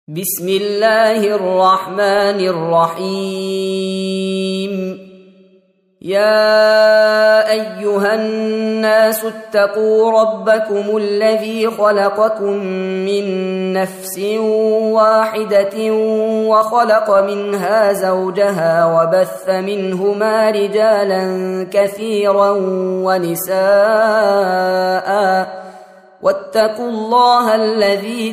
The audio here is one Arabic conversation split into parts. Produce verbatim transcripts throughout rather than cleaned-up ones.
بسم الله الرحمن الرحيم. يا أيها الناس اتقوا ربكم الذي خلقكم من نفس واحدة وخلق منها زوجها وبث منهما رجالا كثيرا ونساء واتقوا الله الذي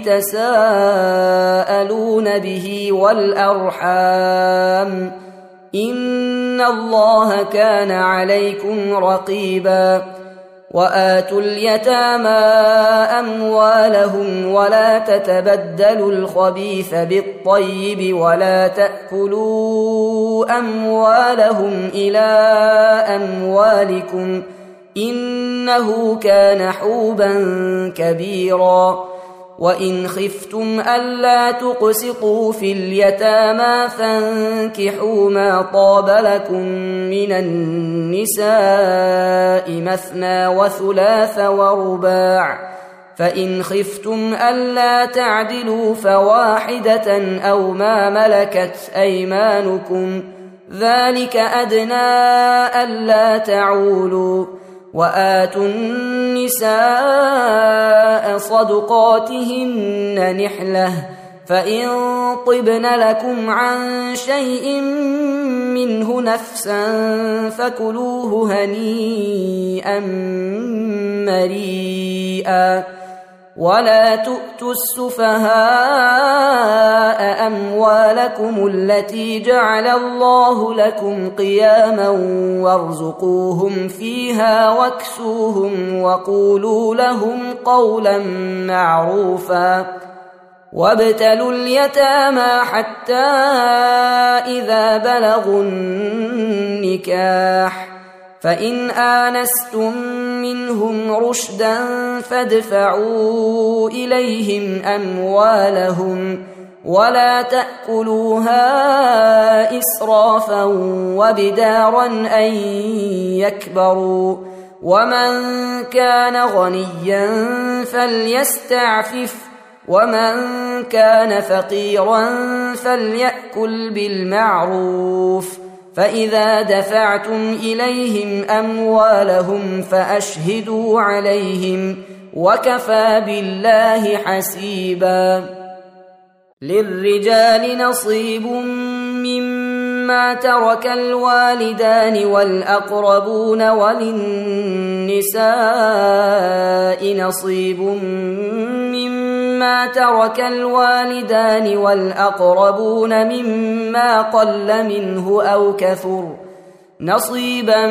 تساءلون به والأرحام إن الله كان عليكم رقيبا. وآتوا اليتامى أموالهم ولا تتبدلوا الخبيث بالطيب ولا تأكلوا أموالهم إلى أموالكم إنه كان حوبا كبيرا. وإن خفتم ألا تقسطوا في اليتامى فانكحوا ما طاب لكم من النساء مثنى وثلاث ورباع، فإن خفتم ألا تعدلوا فواحدة أو ما ملكت أيمانكم ذلك أدنى ألا تعولوا. وآتوا النساء صدقاتهن نحلة فإن طبن لكم عن شيء منه نفسا فكلوه هنيئا مريئا. ولا تؤتوا السفهاء أموالكم التي جعل الله لكم قياما وارزقوهم فيها واكسوهم وقولوا لهم قولا معروفا. وابتلوا اليتامى حتى إذا بلغوا النكاح فإن آنستم منهم رشدا فادفعوا إليهم أموالهم ولا تأكلوها إسرافا وبدارا أن يكبروا. ومن كان غنيا فليستعفف ومن كان فقيرا فليأكل بالمعروف. فإذا دفعتم إليهم أموالهم فأشهدوا عليهم وكفى بالله حسيبا. للرجال نصيب مما ترك الوالدان والأقربون وللنساء نصيب مما ترك الوالدان والأقربون مما قل منه أو كثر نصيبا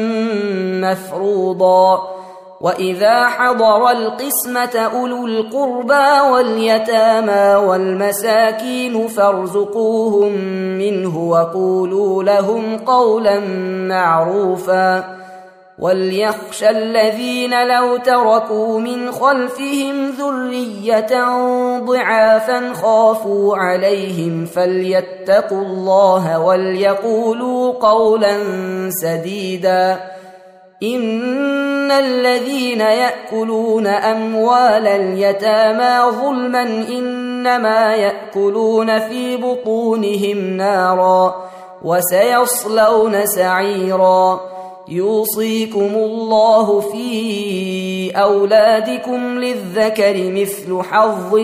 مفروضا. وإذا حضر القسمة أولو القربى واليتامى والمساكين فارزقوهم منه وقولوا لهم قولا معروفا. وليخشى الذين لو تركوا من خلفهم ذرية ضعافا خافوا عليهم فليتقوا الله وليقولوا قولا سديدا. إن الذين يأكلون أموال اليتامى ظلما إنما يأكلون في بطونهم نارا وسيصلون سعيرا. يوصيكم الله في أولادكم للذكر مثل حظ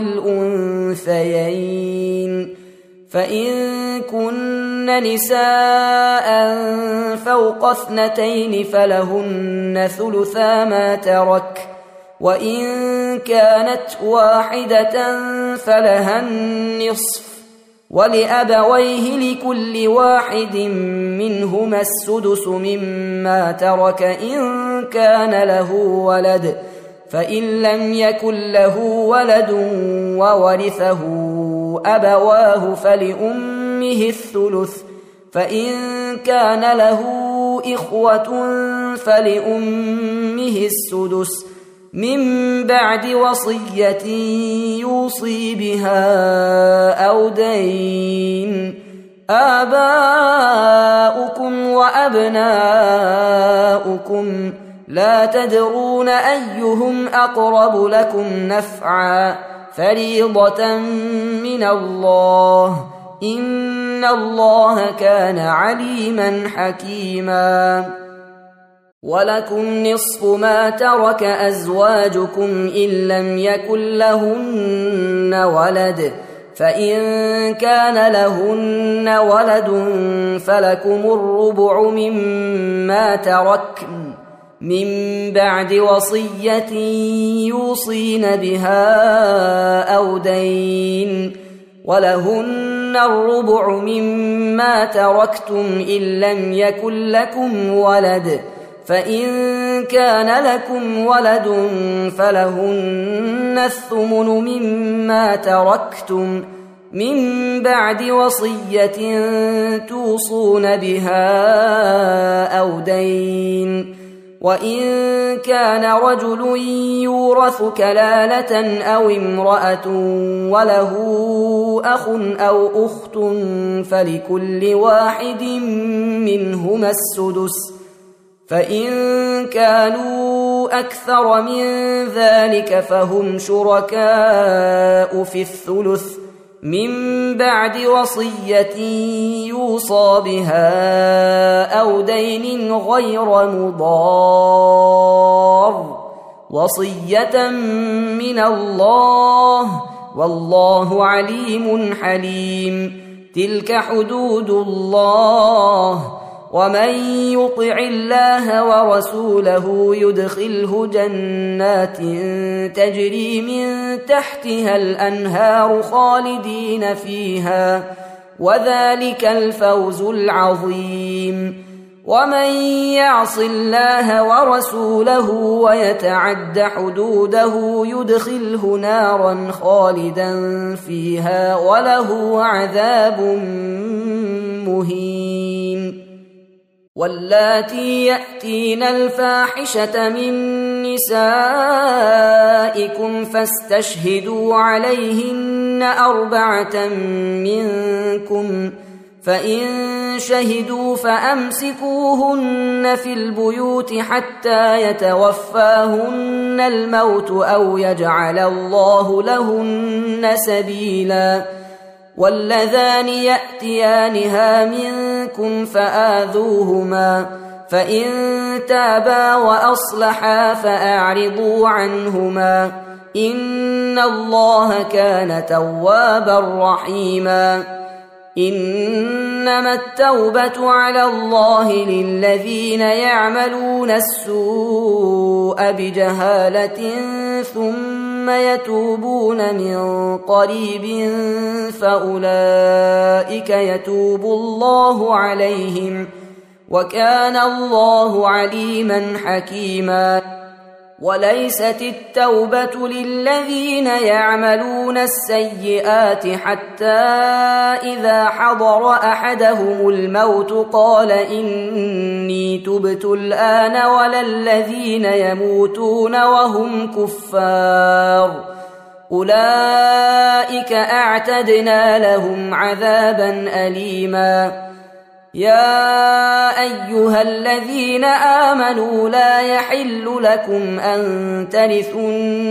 الأنثيين. فإن كن نساء فوق اثنتين فلهن ثلثا ما ترك، وإن كانت واحدة فلها النصف، ولأبويه لكل واحد منهما السدس مما ترك إن كان له ولد، فإن لم يكن له ولد وورثه أبواه فلأمه الثلث، فإن كان له إخوة فلأمه السدس من بعد وصية يوصي بها أو دين. آباؤكم وأبناؤكم لا تدرون أيهم أقرب لكم نفعا فريضة من الله إن الله كان عليما حكيما ولكم نصف ما ترك أزواجكم إن لم يكن لهن ولد فإن كان لهن ولد فلكم الربع مما تركن من بعد وصية يوصين بها أو دين ولهن الربع مما تركتم إن لم يكن لكم ولد فإن كان لكم ولد فلهن الثمن مما تركتم من بعد وصية توصون بها أو دين وإن كان رجل يورث كلالة أو امرأة وله أخ أو أخت فلكل واحد منهما السدس فإن كانوا أكثر من ذلك فهم شركاء في الثلث من بعد وصية يوصى بها أو دين غير مضار وصية من الله والله عليم حليم تلك حدود الله ومن يطع الله ورسوله يدخله جنات تجري من تحتها الأنهار خالدين فيها وذلك الفوز العظيم ومن يعص الله ورسوله ويتعد حدوده يدخله نارا خالدا فيها وله عذاب مهين واللاتي يأتين الفاحشة من نسائكم فاستشهدوا عليهن أربعة منكم فإن شهدوا فأمسكوهن في البيوت حتى يتوفاهن الموت أو يجعل الله لهن سبيلا واللذان يأتيانها منكم فآذوهما فإن تابا وأصلحا فأعرضوا عنهما إن الله كان توابا رحيما إنما التوبة على الله للذين يعملون السوء بجهالة ثم يتوبون من قريب فأولئك يتوب الله عليهم وكان الله عليما حكيما وليست التوبة للذين يعملون السيئات حتى إذا حضر أحدهم الموت قال إني تبت الآن ولا الذين يموتون وهم كفار أولئك أعتدنا لهم عذابا أليما يا أيها الذين آمنوا لا يحل لكم أن ترثوا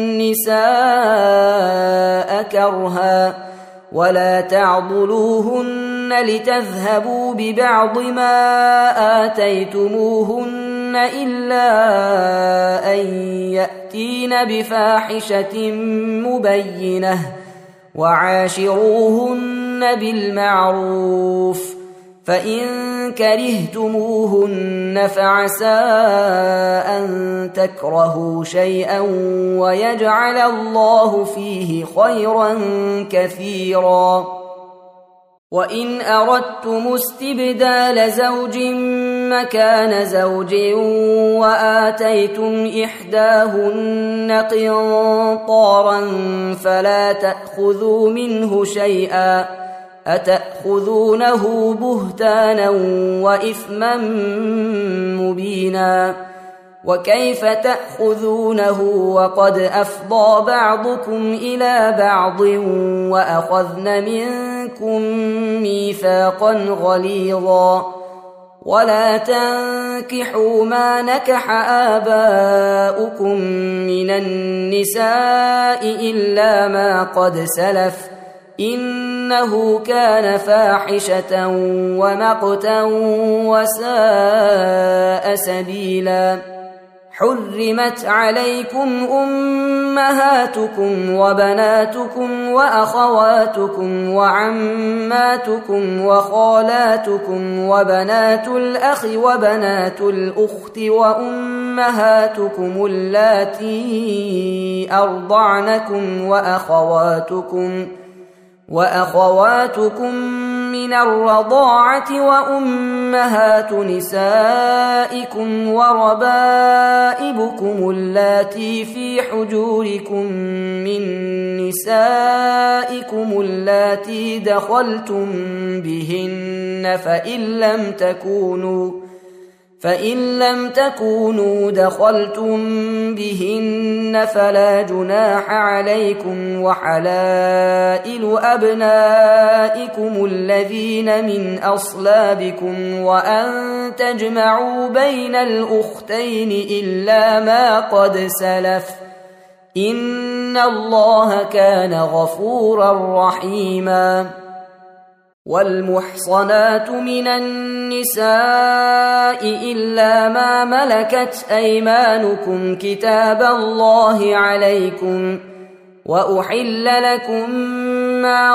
النساء كرها ولا تعضلوهن لتذهبوا ببعض ما آتيتموهن إلا أن يأتين بفاحشة مبينة وعاشروهن بالمعروف فإن كرهتموهن فعسى أن تكرهوا شيئا ويجعل الله فيه خيرا كثيرا وإن أردتم استبدال زوج مكان زوج وآتيتم إحداهن قنطارا فلا تأخذوا منه شيئا أتأخذونه بهتانا وإثما مبينا وكيف تأخذونه وقد أفضى بعضكم إلى بعض وأخذن منكم ميثاقا غليظا ولا تنكحوا ما نكح آباؤكم من النساء إلا ما قد سلف إنه كان فاحشة ومقتا وساء سبيلا. حرمت عليكم أمهاتكم وبناتكم وأخواتكم وعماتكم وخالاتكم وبنات الأخ وبنات الأخت وأمهاتكم اللاتي أرضعنكم وأخواتكم وأخواتكم من الرضاعة وأمهات نسائكم وربائبكم اللاتي في حجوركم من نسائكم اللاتي دخلتم بهن فإن لم تكونوا فإن لم تكونوا دخلتم بهن فلا جناح عليكم وحلائل أبنائكم الذين من أصلابكم وأن تجمعوا بين الأختين إلا ما قد سلف إن الله كان غفورا رحيما. والمحصنات من النساء إلا ما ملكت أيمانكم كتاب الله عليكم وأحل لكم ما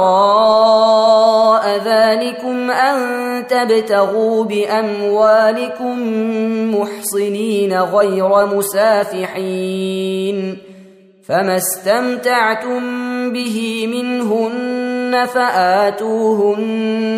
وراء ذلكم أن تبتغوا بأموالكم محصنين غير مسافحين فما استمتعتم به منهن فآتوهن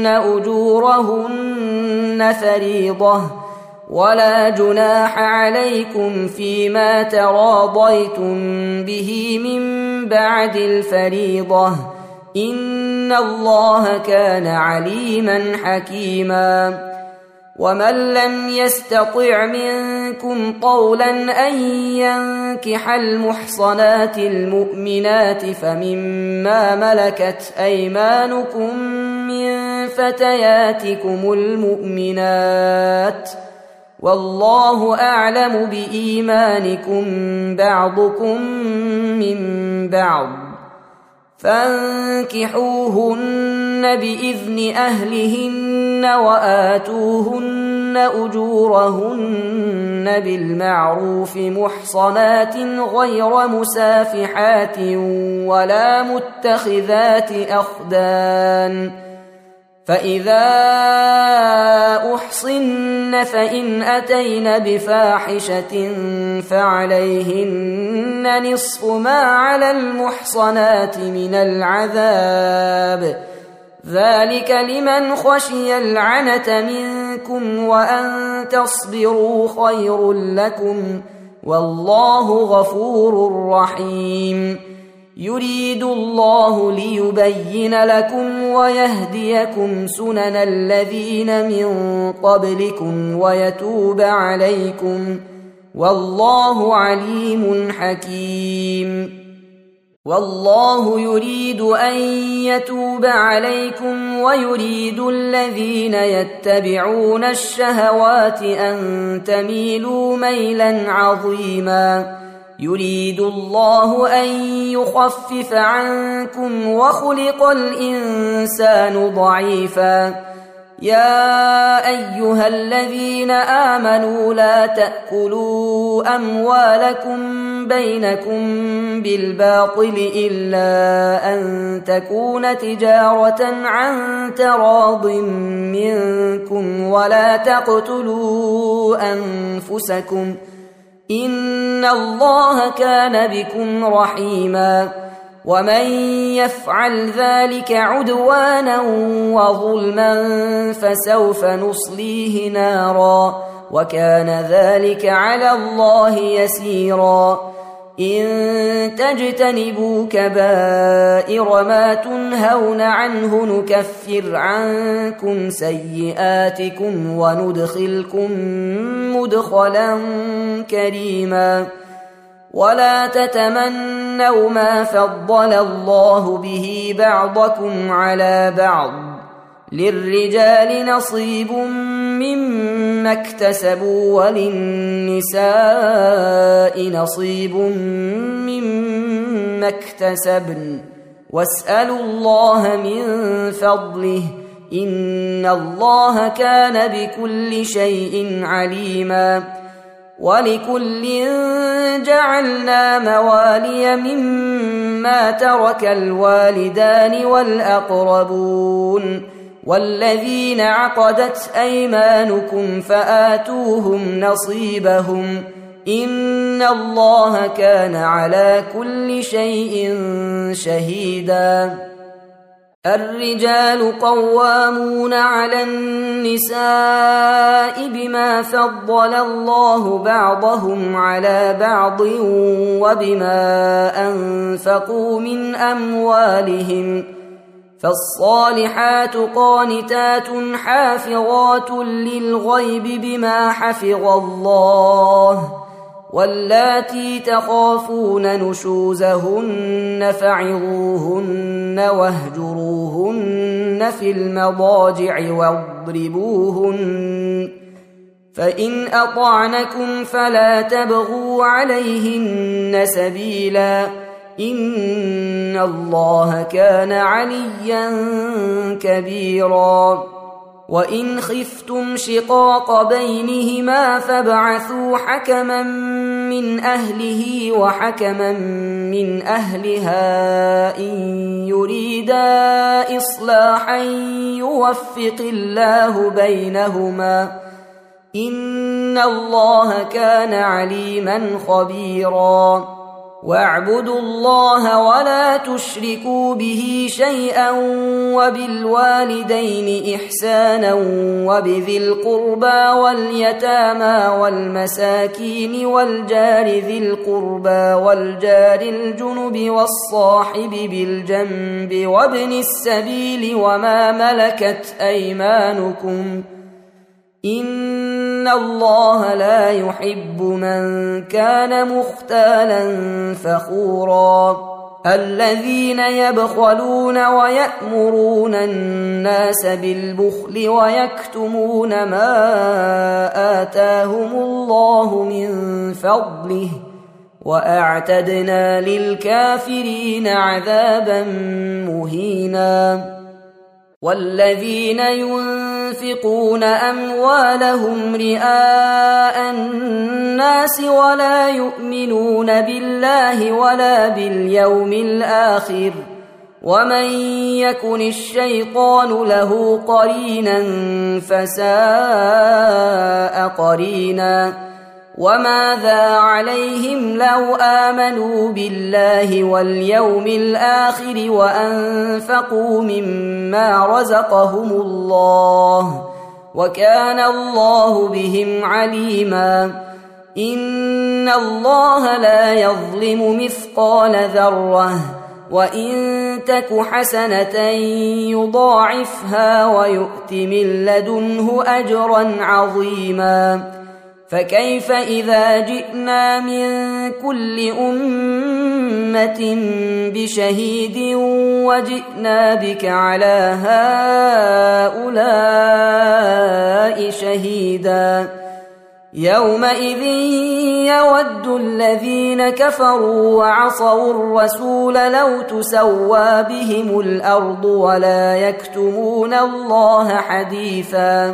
أجورهن فريضة ولا جناح عليكم فيما تراضيتم به من بعد الفريضة إن الله كان عليما حكيما. ومن لم يستطع منكم طولا أن ينكح المحصنات المؤمنات فمما ملكت أيمانكم من فتياتكم المؤمنات والله أعلم بإيمانكم بعضكم من بعض فانكحوهن بإذن أهلهن وآتوهن أجورهن بالمعروف محصنات غير مسافحات ولا متخذات أخدان فإذا أحصن فإن أتين بفاحشة فعليهن نصف ما على المحصنات من العذاب ذلك لمن خشي العنة منكم وأن تصبروا خير لكم والله غفور رحيم. يريد الله ليبين لكم ويهديكم سنن الذين من قبلكم ويتوب عليكم والله عليم حكيم. والله يريد أن يتوب عليكم ويريد الذين يتبعون الشهوات أن تميلوا ميلا عظيما. يريد الله أن يخفف عنكم وخلق الإنسان ضعيفا. يا أيها الذين آمنوا لا تأكلوا أموالكم بينكم بالباطل إلا أن تكون تجارة عن تراض منكم ولا تقتلوا أنفسكم إن الله كان بكم رحيما. ومن يفعل ذلك عدوانا وظلما فسوف نصليه نارا وكان ذلك على الله يسيرا. إن تجتنبوا كبائر ما تنهون عنه نكفر عنكم سيئاتكم وندخلكم مدخلا كريما. ولا تتمنوا ما فضل الله به بعضكم على بعض للرجال نصيب مما اكتسبوا وللنساء نصيب مما اكتسبن واسألوا الله من فضله إن الله كان بكل شيء عليما. ولكل جعلنا موالي مما ترك الوالدان والأقربون والذين عقدت أيمانكم فآتوهم نصيبهم إن الله كان على كل شيء شهيدا. الرجال قوامون على النساء بما فضل الله بعضهم على بعض وبما أنفقوا من أموالهم فالصالحات قانتات حافظات للغيب بما حفظ الله واللاتي تخافون نشوزهن فعظوهن واهجروهن في المضاجع واضربوهن فإن أطعنكم فلا تبغوا عليهن سبيلا إن الله كان عليا كبيرا. وإن خفتم شقاق بينهما فابعثوا حكما من أهله وحكما من أهلها إن يريدا إصلاحا يوفق الله بينهما إن الله كان عليما خبيرا. واعبدوا الله ولا تشركوا به شيئا وبالوالدين إحسانا وبذي القربى واليتامى والمساكين والجار ذي القربى والجار الجنب والصاحب بالجنب وابن السبيل وما ملكت أيمانكم إن الله لا يحب من كان مختالا فخورا. الذين يبخلون ويأمرون الناس بالبخل ويكتمون ما آتاهم الله من فضله وأعتدنا للكافرين عذابا مهينا. والذين ينفقون أموالهم رئاء الناس ولا يؤمنون بالله ولا باليوم الآخر ومن يكن الشيطان له قرينا فساء قرينا. وماذا عليهم لو آمنوا بالله واليوم الآخر وأنفقوا مما رزقهم الله وكان الله بهم عليما. إن الله لا يظلم مثقال ذرة وإن تك حسنة يضاعفها ويؤت من لدنه أجرا عظيما. فكيف إذا جئنا من كل أمة بشهيد وجئنا بك على هؤلاء شهيدا. يومئذ يود الذين كفروا وعصوا الرسول لو تسوى بهم الأرض ولا يكتمون الله حديثا.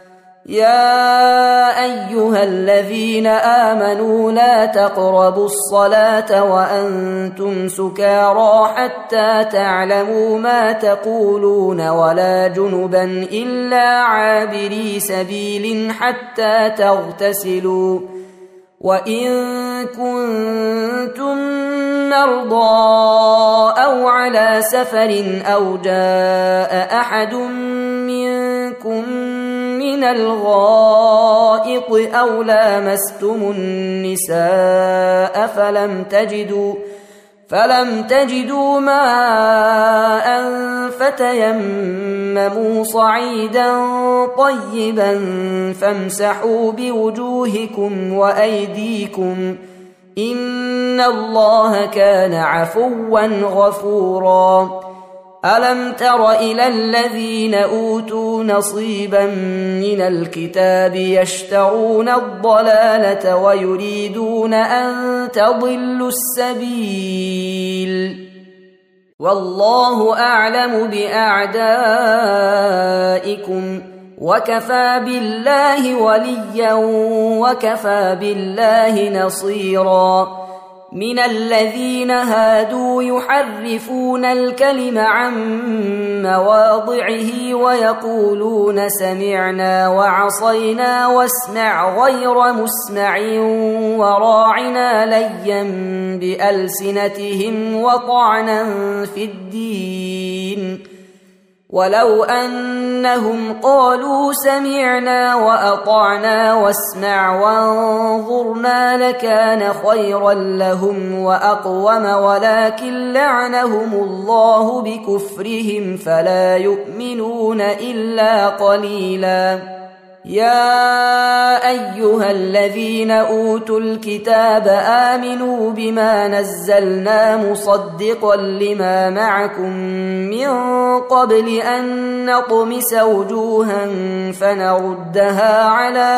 يا أيها الذين آمنوا لا تقربوا الصلاة وأنتم سكارى حتى تعلموا ما تقولون ولا جنبا إلا عابري سبيل حتى تغتسلوا وإن كنتم مرضى أو على سفر أو جاء أحد منكم من الغائط أو لامستم النساء فلم تجدوا فلم تجدوا ماء فتيمموا صعيدا طيبا فامسحوا بوجوهكم وأيديكم إن الله كان عفوا غفورا. ألم تر إلى الذين أوتوا نصيبا من الكتاب يشترون الضلالة ويريدون أن تضلوا السبيل والله أعلم بأعدائكم وكفى بالله وليا وكفى بالله نصيرا من الذين هادوا يحرفون الكلم عن مواضعه ويقولون سمعنا وعصينا واسمع غير مسمع وراعنا ليا بألسنتهم وطعنا في الدين ولو أنهم قالوا سمعنا وأطعنا واسمع وانظرنا لكان خيرا لهم وأقوم ولكن لعنهم الله بكفرهم فلا يؤمنون إلا قليلا يا أيها الذين أوتوا الكتاب آمنوا بما نزلنا مصدقا لما معكم من قبل أن نطمس وجوها فنردها على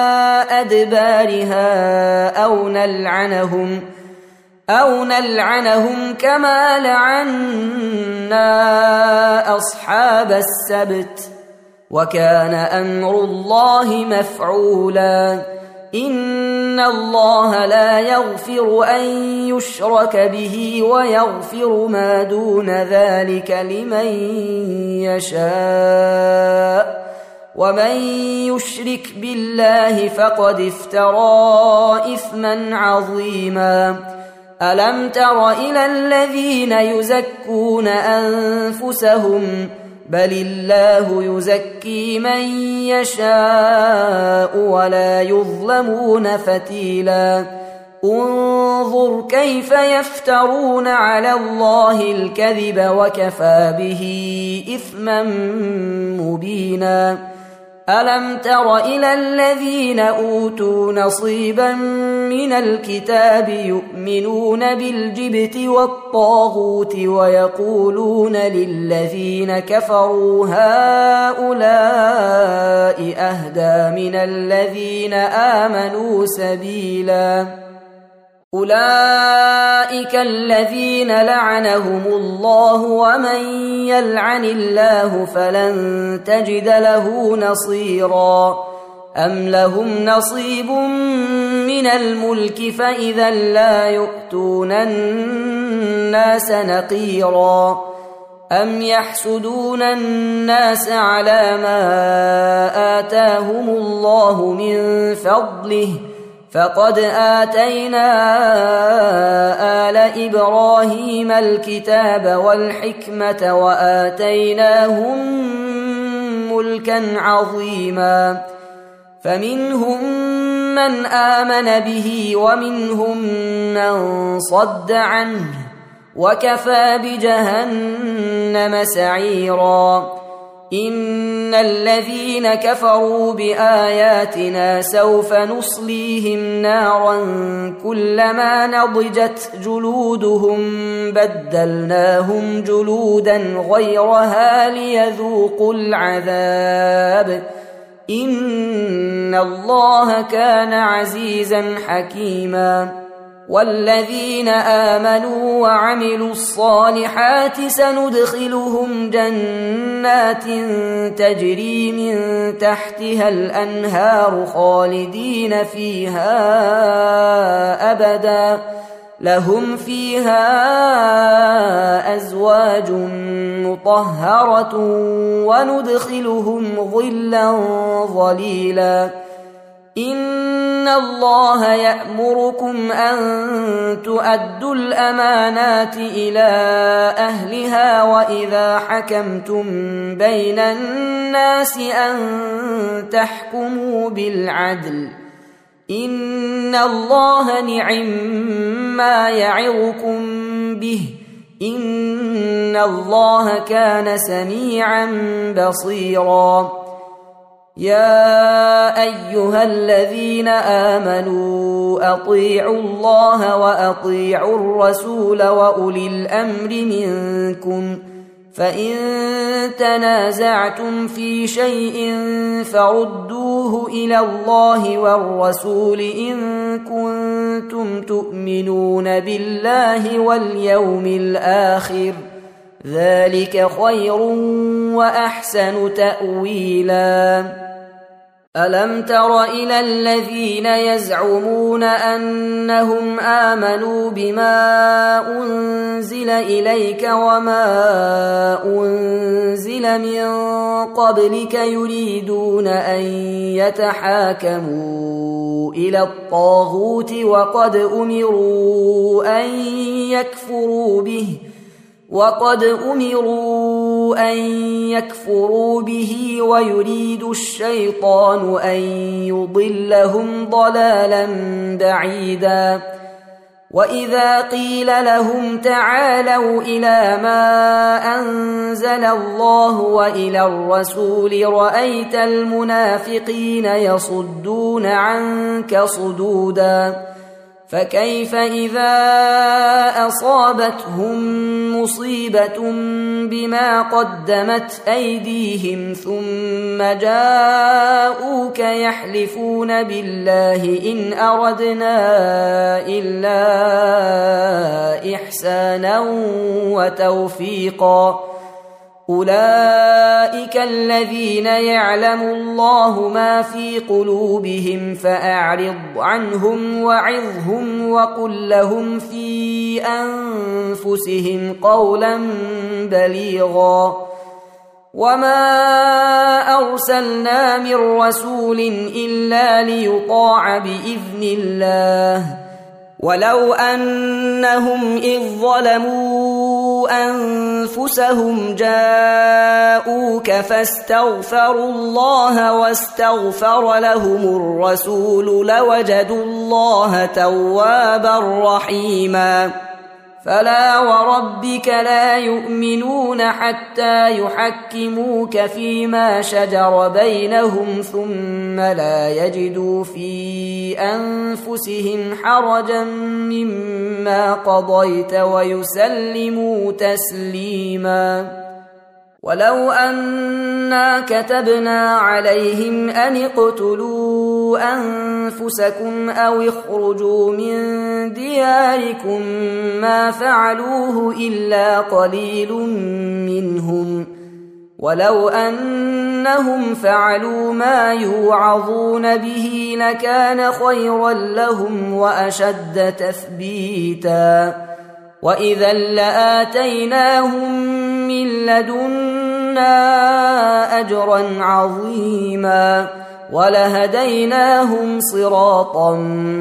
أدبارها أو نلعنهم أو نلعنهم كما لعنا أصحاب السبت وكان أمر الله مفعولا إن الله لا يغفر أن يشرك به ويغفر ما دون ذلك لمن يشاء ومن يشرك بالله فقد افترى إثما عظيما ألم تر إلى الذين يزكون أنفسهم بل الله يزكي من يشاء ولا يظلمون فتيلا انظر كيف يفترون على الله الكذب وكفى به إثما مبينا ألم تر إلى الذين أوتوا نصيبا من الكتاب يؤمنون بالجبت والطاغوت ويقولون للذين كفروا هؤلاء أهدى من الذين آمنوا سبيلا أولئك الذين لعنهم الله ومن يلعن الله فلن تجد له نصيرا أم لهم نصيب من الملك فإذا لا يؤتون الناس نقيرا أم يحسدون الناس على ما آتاهم الله من فضله فقد آتينا آل إبراهيم الكتاب والحكمة وآتيناهم ملكا عظيما فمنهم من آمن به ومنهم من صد عنه وكفى بجهنم سعيرا إن الذين كفروا بآياتنا سوف نصليهم نارا كلما نضجت جلودهم بدلناهم جلودا غيرها ليذوقوا العذاب إن الله كان عزيزا حكيما والذين آمنوا وعملوا الصالحات سندخلهم جنات تجري من تحتها الأنهار خالدين فيها أبدا لهم فيها أزواج مطهرة وندخلهم ظلا ظليلا إن الله يأمركم أن تؤدوا الأمانات إلى أهلها وإذا حكمتم بين الناس أن تحكموا بالعدل إن الله نعم ما يعظكم به إن الله كان سميعا بصيرا يا أيها الذين آمنوا أطيعوا الله وأطيعوا الرسول وأولي الأمر منكم فإن تنازعتم في شيء فردوه إلى الله والرسول إن كنتم تؤمنون بالله واليوم الآخر، ذلك خير وأحسن تأويلا. ألم تر إلى الذين يزعمون أنهم آمنوا بما أنزل إليك وما أنزل من قبلك يريدون أن يتحاكموا إلى الطاغوت وقد أمروا أن يكفروا به وقد أمروا أن يكفروا به ويريد الشيطان أن يضلهم ضلالا بعيدا. وإذا قيل لهم تعالوا إلى ما أنزل الله وإلى الرسول رأيت المنافقين يصدون عنك صدودا. فكيف إذا أصابتهم مصيبة بما قدمت أيديهم ثم جاءوك يحلفون بالله إن أردنا إلا إحسانا وتوفيقا، أولئك الذين يعلم الله ما في قلوبهم فأعرض عنهم وعظهم وقل لهم في أنفسهم قولا بليغا. وما أرسلنا من رسول إلا ليطاع بإذن الله، ولو أنهم إذ ظلموا أنفسهم جاءوك فاستغفروا الله واستغفر لهم الرسول لوجدوا الله توابا رحيما. فلا وربك لا يؤمنون حتى يحكموك فيما شجر بينهم ثم لا يجدوا في أنفسهم حرجا مما قضيت ويسلموا تسليما. ولو أنا كتبنا عليهم أن اقتلوا أنفسكم أو اخرجوا من دياركم ما فعلوه إلا قليل منهم، ولو أنهم فعلوا ما يوعظون به لكان خيرا لهم وأشد تثبيتا، وإذا لآتيناهم من لدنا أجرا عظيما ولهديناهم صراطا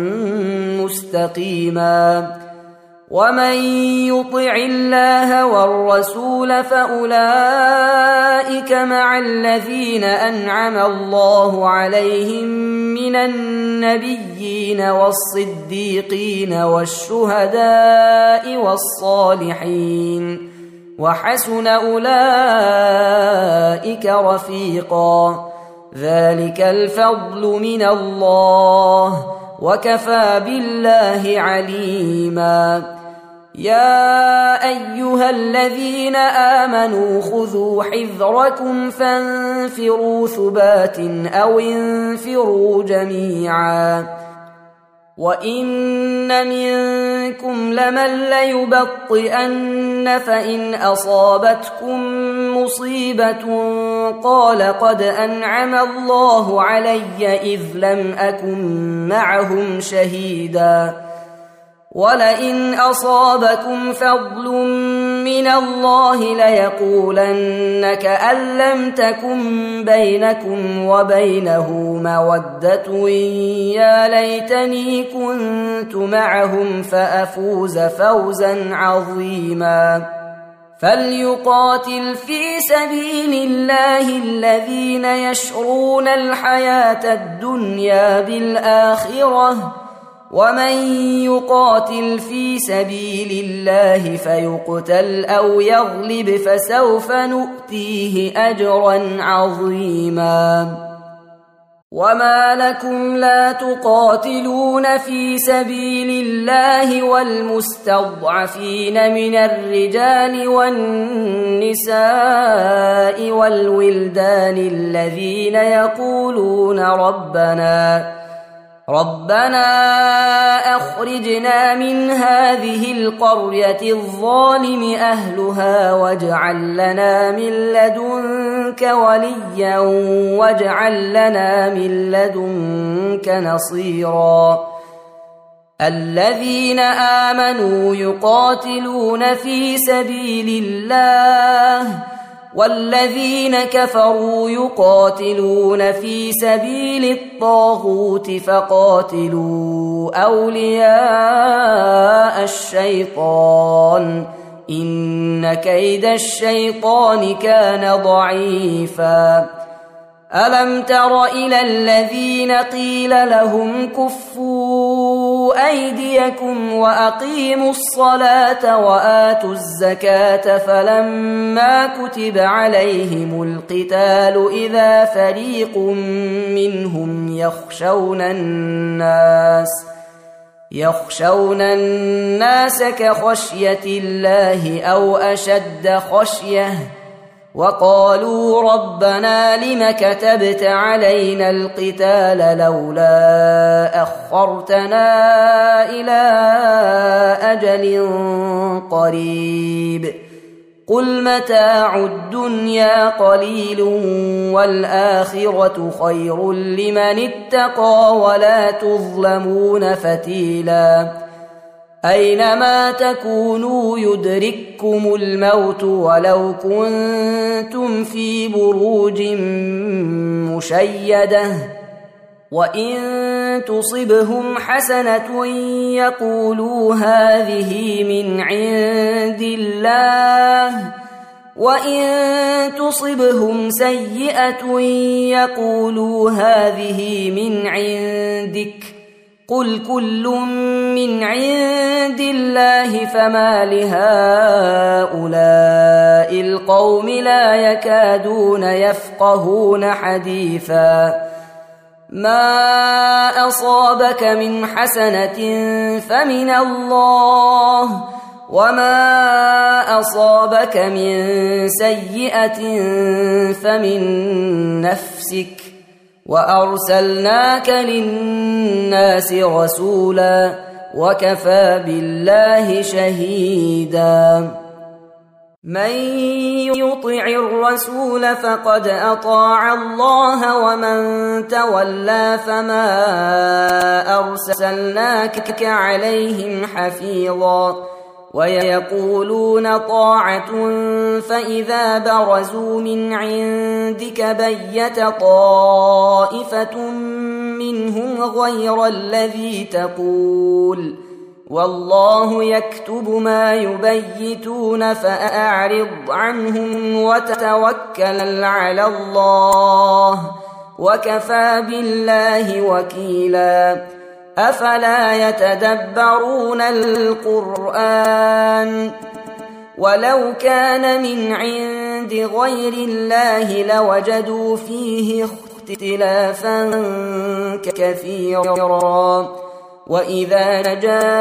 مستقيما. ومن يطع الله والرسول فأولئك مع الذين أنعم الله عليهم من النبيين والصديقين والشهداء والصالحين وحسن أولئك رفيقا، ذلك الفضل من الله وكفى بالله عليما. يا أيها الذين آمنوا خذوا حذركم فانفروا ثبات أو انفروا جميعا، وإن منكم لمن ليبطئن فإن أصابتكم مصيبة قال قد أنعم الله علي إذ لم أكن معهم شهيدا، ولئن أصابكم فضل من الله ليقولن كأن لم تكن بينكم وبينه مودة يا ليتني كنت معهم فأفوز فوزا عظيما. فليقاتل في سبيل الله الذين يشرون الحياة الدنيا بالآخرة، ومن يقاتل في سبيل الله فيقتل أو يغلب فسوف نؤتيه أجرا عظيما. وما لكم لا تقاتلون في سبيل الله والمستضعفين من الرجال والنساء والولدان الذين يقولون ربنا ربنا أخرجنا من هذه القرية الظالم أهلها واجعل لنا من لدنك وليا واجعل لنا من لدنك نصيرا الذين آمنوا يقاتلون في سبيل الله والذين كفروا يقاتلون في سبيل الطاغوت فقاتلوا أولياء الشيطان إن كيد الشيطان كان ضعيفا ألم تر إلى الذين قيل لهم كفوا أيديكم وأقيموا الصلاة وآتوا الزكاة فلما كتب عليهم القتال إذا فريق منهم يخشون الناس يخشون الناس كخشية الله أو أشد خشية وقالوا ربنا لم كتبت علينا القتال لولا أخرتنا إلى أجل قريب قل متاع الدنيا قليل والآخرة خير لمن اتقى ولا تظلمون فتيلا أينما تكونوا يدرككم الموت ولو كنتم في بروج مشيدة وإن تصبهم حسنة يقولوا هذه من عند الله وإن تصبهم سيئة يقولوا هذه من عندك قل كل من عند الله فما لهؤلاء القوم لا يكادون يفقهون حديثا ما أصابك من حسنة فمن الله وما أصابك من سيئة فمن نفسك وأرسلناك للناس رسولا وكفى بالله شهيدا من يطع الرسول فقد أطاع الله ومن تولى فما أرسلناك عليهم حفيظا ويقولون طاعة فإذا برزوا من عندك بيت طائفة منهم غير الذي تقول والله يكتب ما يبيتون فأعرض عنهم وتوكل على الله وكفى بالله وكيلا أفلا يتدبرون القرآن ولو كان من عند غير الله لوجدوا فيه اختلافا كثيرا وإذا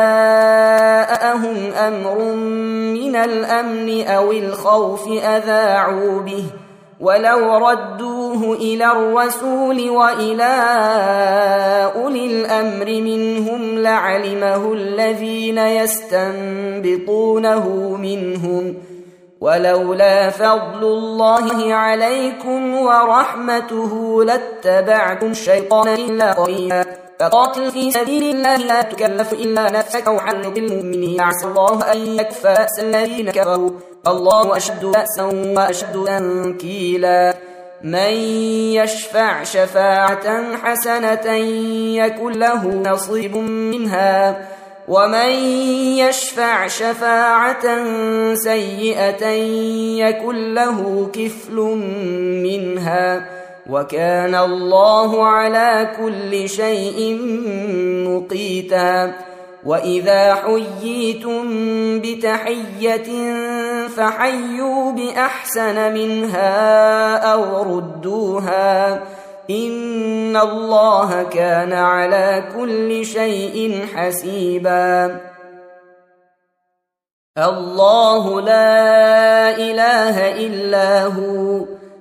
جاءهم أمر من الأمن أو الخوف أذاعوا به ولو ردوه إلى الرسول وإلى أولي الأمر منهم لعلمه الذين يستنبطونه منهم ولولا فضل الله عليكم ورحمته لاتبعتم الشيطان إلا قليلا فقاتل في سبيل الله لا تكلف إلا نفسك وحرض المؤمنين عسى الله أن يكفى بأس الذين كفروا الله أشد بأسا وأشد تنكيلا من يشفع شفاعة حسنة يكن له نصيب منها ومن يشفع شفاعة سيئة يكن له كفل منها وكان الله على كل شيء مقيتا وإذا حييتم بتحية فحيوا بأحسن منها أو ردوها إن الله كان على كل شيء حسيبا. الله لا إله إلا هو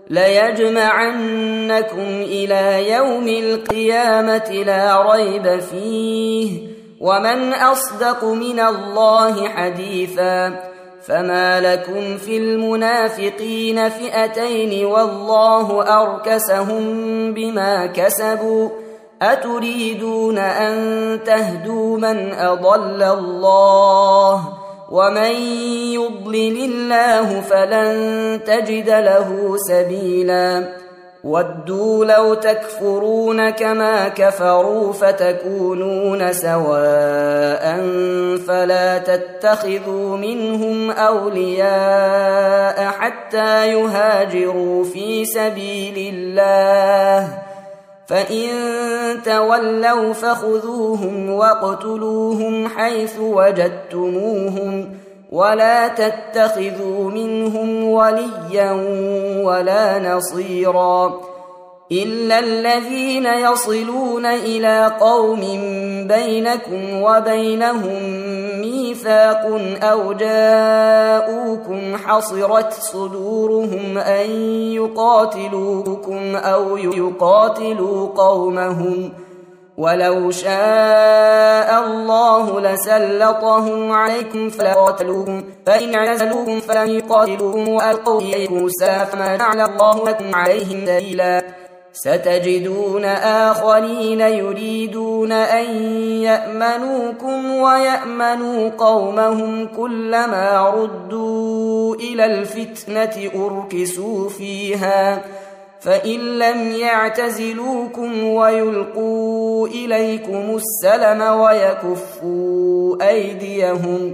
ليجمعنكم إلى يوم القيامة لا ريب فيه ومن أصدق من الله حديثا. فما لكم في المنافقين فئتين والله أركسهم بما كسبوا أتريدون أن تهدوا من أضل الله ومن يضلل الله فلن تجد له سبيلا. ودوا لو تكفرون كما كفروا فتكونون سواء فلا تتخذوا منهم أولياء حتى يهاجروا في سبيل الله فإن تولوا فخذوهم واقتلوهم حيث وجدتموهم ولا تتخذوا منهم وليا ولا نصيرا إلا الذين يصلون إلى قوم بينكم وبينهم ميثاق أو جاءوكم حصرت صدورهم أن يقاتلوكم أو يقاتلوا قومهم ولو شاء الله لسلطهم عليكم فلقاتلوكم فإن اعتزلوكم فلم يقاتلوكم وألقوا إليكم السلام فما جعل الله لكم عليهم سبيلا. ستجدون آخرين يريدون أن يأمنوكم ويأمنوا قومهم كلما ردوا إلى الفتنة أركسوا فيها فإن لم يعتزلوكم ويلقوا إليكم السلم ويكفوا أيديهم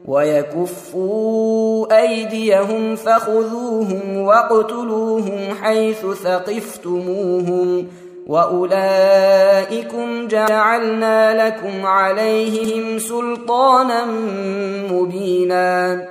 ويكفوا أيديهم فخذوهم واقتلوهم حيث ثقفتموهم وأولئكم جعلنا لكم عليهم سلطانا مبينا.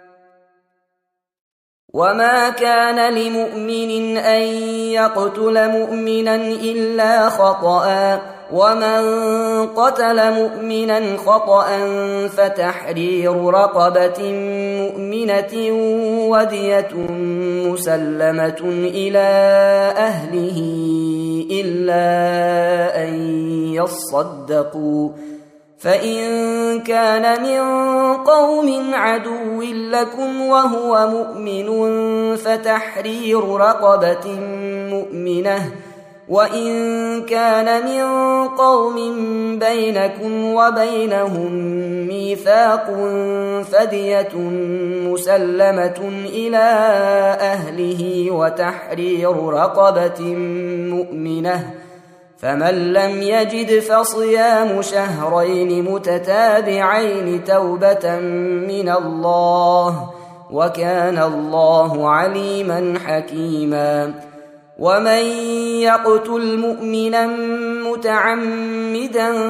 وما كان لمؤمن أن يقتل مؤمنا إلا خطأ ومن قتل مؤمنا خطأ فتحرير رقبة مؤمنة ودية مسلمة إلى أهله إلا أن يصدقوا فإن كان من قوم عدو لكم وهو مؤمن فتحرير رقبة مؤمنة وإن كان من قوم بينكم وبينهم ميثاق فدية مسلمة إلى أهله وتحرير رقبة مؤمنة فمن لم يجد فصيام شهرين متتابعين توبة من الله وكان الله عليما حكيما. ومن يقتل مؤمنا متعمدا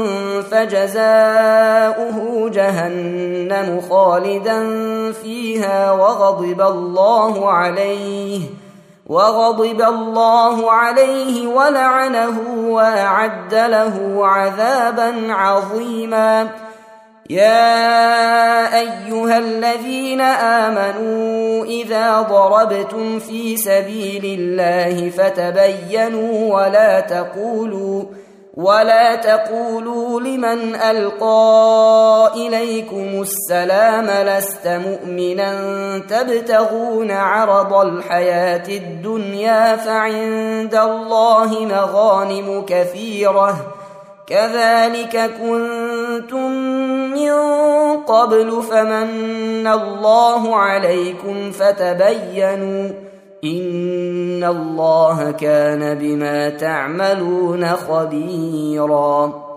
فجزاؤه جهنم خالدا فيها وغضب الله عليه وغضب الله عليه ولعنه وأعد له عذابا عظيما. يا أيها الذين آمنوا إذا ضربتم في سبيل الله فتبينوا ولا تقولوا ولا تقولوا لمن ألقى إليكم السلام لست مؤمنا تبتغون عرض الحياة الدنيا فعند الله مغانم كثيرة كذلك كنتم من قبل فمن الله عليكم فتبينوا إن الله كان بما تعملون خبيرا.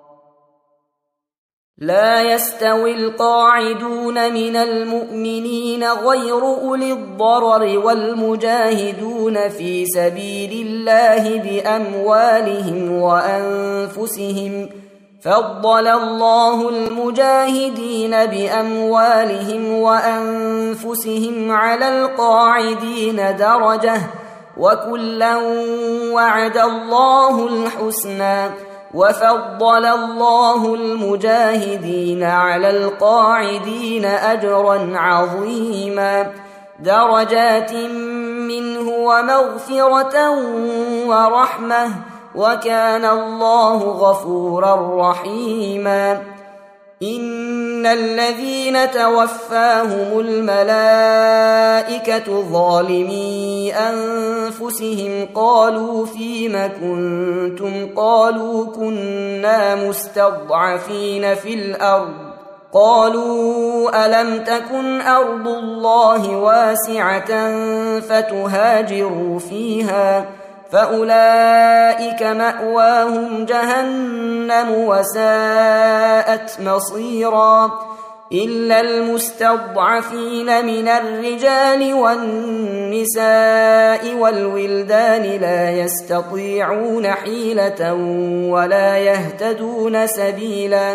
لا يستوي القاعدون من المؤمنين غير أولي الضرر والمجاهدون في سبيل الله بأموالهم وأنفسهم فضل الله المجاهدين بأموالهم وأنفسهم على القاعدين درجة وكلا وعد الله الحسنى وفضل الله المجاهدين على القاعدين أجرا عظيما درجات منه ومغفرة ورحمة وكان الله غفورا رحيما إن الذين توفاهم الملائكة ظالمي أنفسهم قالوا فيم كنتم قالوا كنا مستضعفين في الأرض قالوا ألم تكن أرض الله واسعة فتهاجروا فيها فأولئك مأواهم جهنم وساءت مصيرا إلا المستضعفين من الرجال والنساء والولدان لا يستطيعون حيلة ولا يهتدون سبيلا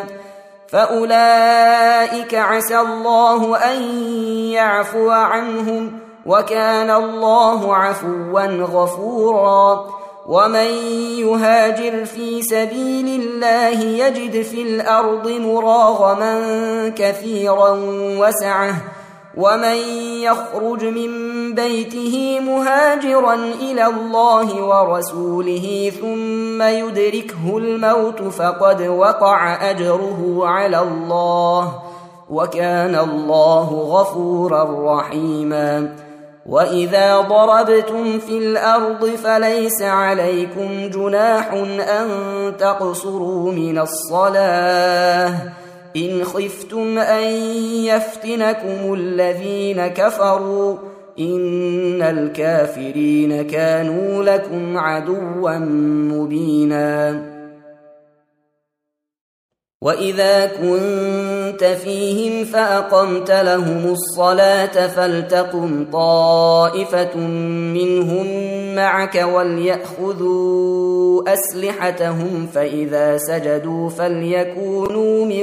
فأولئك عسى الله أن يعفو عنهم وكان الله عفوا غفورا ومن يهاجر في سبيل الله يجد في الأرض مراغما كثيرا وسعة ومن يخرج من بيته مهاجرا إلى الله ورسوله ثم يدركه الموت فقد وقع أجره على الله وكان الله غفورا رحيما وإذا ضربتم في الأرض فليس عليكم جناح أن تقصروا من الصلاة إن خفتم أن يفتنكم الذين كفروا إن الكافرين كانوا لكم عدوا مبينا وإذا كنت فيهم فأقمت لهم الصلاة فلتقم طائفة منهم معك وليأخذوا أسلحتهم فإذا سجدوا فليكونوا من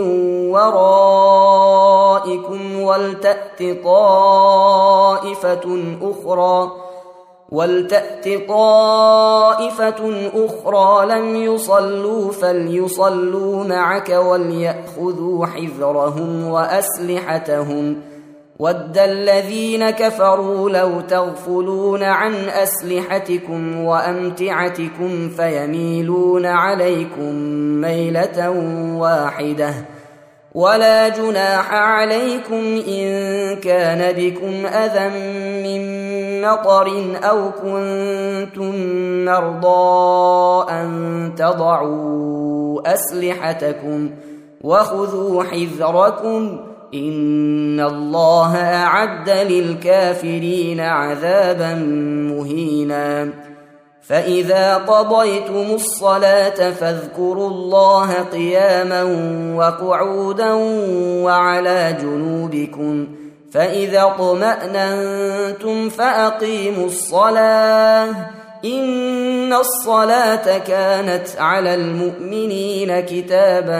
ورائكم ولتأت طائفة أخرى ولتأت طائفة أخرى لم يصلوا فليصلوا معك وليأخذوا حذرهم وأسلحتهم ود الذين كفروا لو تغفلون عن أسلحتكم وأمتعتكم فيميلون عليكم ميلة واحدة ولا جناح عليكم إن كان بكم أذى من مطر أو كنتم مرضى أن تضعوا أسلحتكم وخذوا حذركم إن الله أعد للكافرين عذابا مهينا فإذا قضيتم الصلاة فاذكروا الله قياما وقعودا وعلى جنوبكم فإذا اطمأننتم فأقيموا الصلاة إن الصلاة كانت على المؤمنين كتابا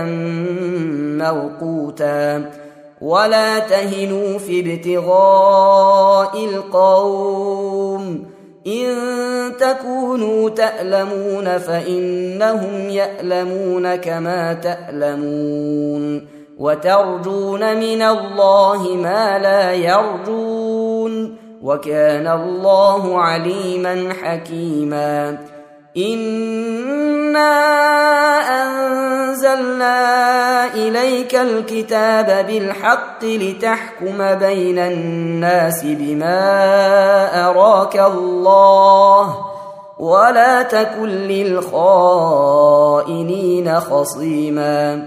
موقوتا ولا تهنوا في ابتغاء القوم إن تكونوا تألمون فإنهم يألمون كما تألمون وترجون من الله ما لا يرجون وكان الله عليما حكيما إنا أنزلنا إليك الكتاب بالحق لتحكم بين الناس بما أراك الله ولا تكن للخائنين خصيما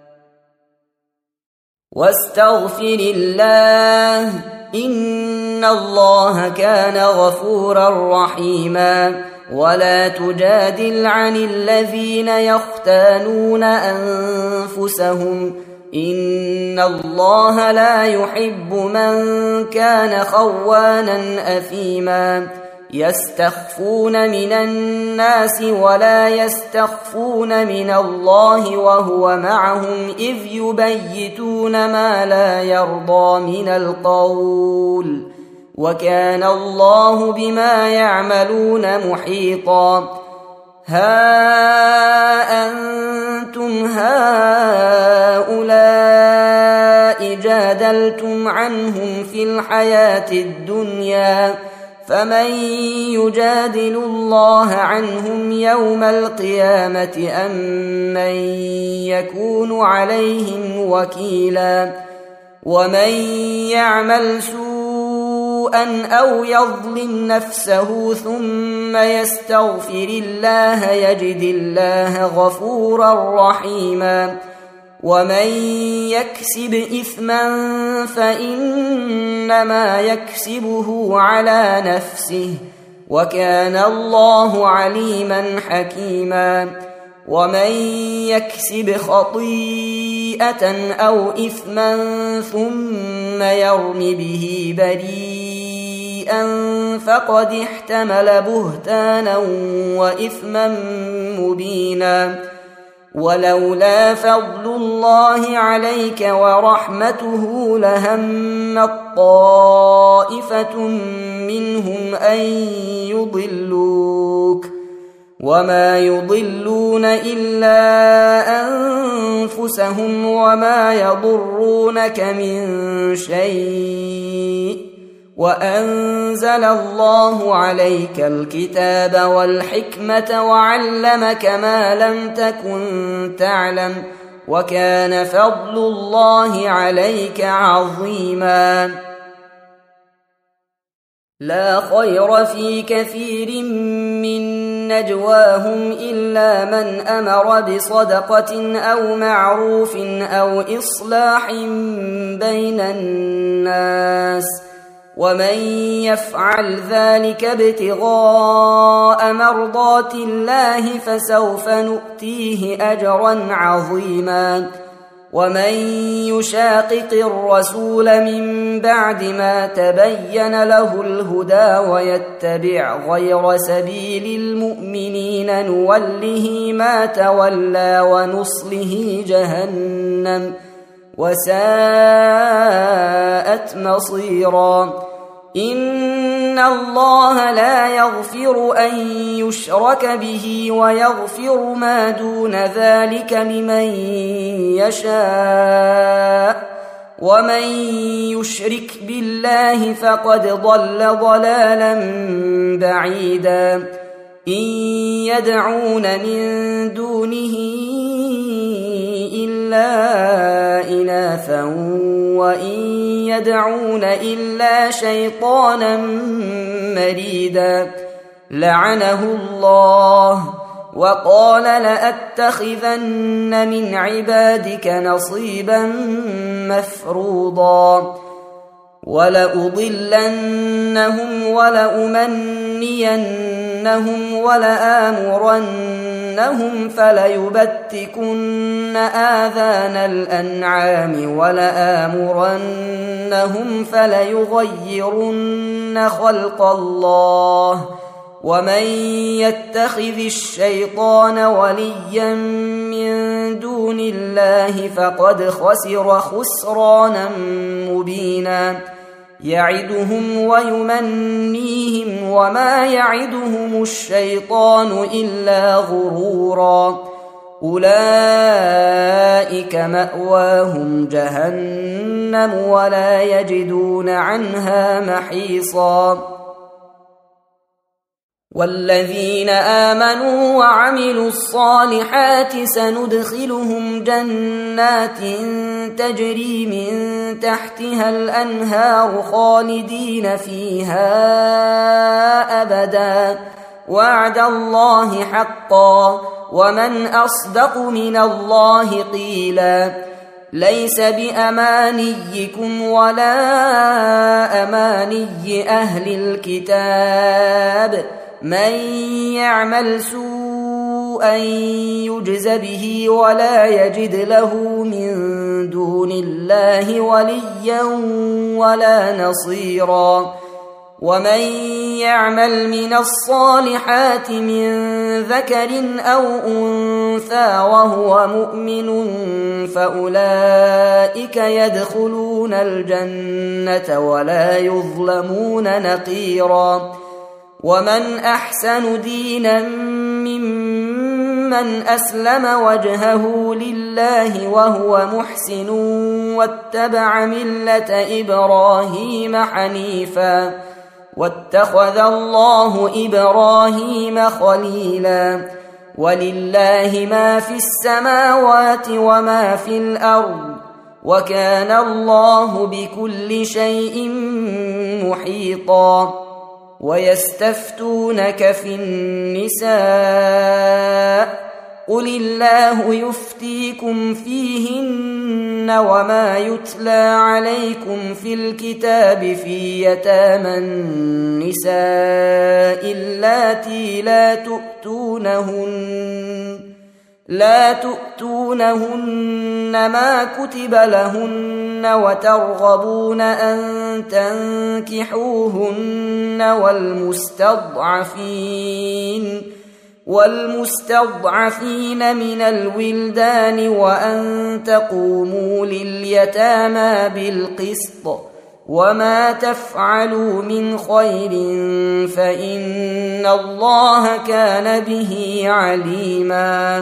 واستغفر الله إن الله كان غفورا رحيما ولا تجادل عن الذين يختانون أنفسهم إن الله لا يحب من كان خوانا أثيما يستخفون من الناس ولا يستخفون من الله وهو معهم إذ يبيتون ما لا يرضى من القول وكان الله بما يعملون محيطا. ها أنتم هؤلاء جادلتم عنهم في الحياة الدنيا، فمن يجادل الله عنهم يوم القيامة أم من يكون عليهم وكيلا؟ ومن يعمل سوءا أو يظلم نفسه ثم يستغفر الله يجد الله غفورا رحيما. ومن يكسب إثما فإنما يكسبه على نفسه، وكان الله عليما حكيما. ومن يكسب خطيئة أو إثما ثم يرم به بريئا فقد احتمل بهتانا وإثما مبينا. ولولا فضل الله عليك ورحمته لهمت طائفة منهم أن يضلوك، وما يضلون إلا أنفسهم وما يضرونك من شيء. وأنزل الله عليك الكتاب والحكمة وعلمك ما لم تكن تعلم، وكان فضل الله عليك عظيما. لا خير في كثير من نجواهم إلا من أمر بصدقة أو معروف أو إصلاح بين الناس، ومن يفعل ذلك ابتغاء مرضات الله فسوف نؤتيه أجرا عظيما. ومن يشاقق الرسول من بعد ما تبين له الهدى ويتبع غير سبيل المؤمنين نوله ما تولى ونصله جهنم وساءت مصيرا. إن الله لا يغفر أن يشرك به ويغفر ما دون ذلك لمن يشاء، ومن يشرك بالله فقد ضل ضلالا بعيدا. إن يدعون من دونه إلا إناثا وإن يدعون إلا شيطانا مريدا لعنه الله وقال لأتخذن من عبادك نصيبا مفروضا ولأضلنهم ولأمنينهم ولآمرنهم فليبتكن آذان الأنعام ولآمرنهم فليغيرن خلق الله ومن يتخذ الشيطان وليا من دون الله فقد خسر خسرانا مبينا. يعدهم ويمنيهم وما يعدهم الشيطان إلا غرورا. أولئك مأواهم جهنم ولا يجدون عنها محيصا. والذين آمنوا وعملوا الصالحات سندخلهم جنات تجري من تحتها الأنهار خالدين فيها أبدا وعد الله حقا ومن أصدق من الله قيلا. ليس بأمانيكم ولا أماني أهل الكتاب من يعمل سوءا يجز به ولا يجد له من دون الله وليا ولا نصيرا. ومن يعمل من الصالحات من ذكر أو أنثى وهو مؤمن فأولئك يدخلون الجنة ولا يظلمون نقيرا ومن أحسن دينا ممن أسلم وجهه لله وهو محسن واتبع ملة إبراهيم حنيفا واتخذ الله إبراهيم خليلا ولله ما في السماوات وما في الأرض وكان الله بكل شيء محيطا ويستفتونك في النساء قل الله يفتيكم فيهن وما يتلى عليكم في الكتاب في يتامى النساء اللاتي لا تؤتونهن لا تؤتونهن ما كتب لهن وترغبون أن تنكحوهن والمستضعفين والمستضعفين من الولدان وأن تقوموا لليتامى بالقسط وما تفعلوا من خير فإن الله كان به عليما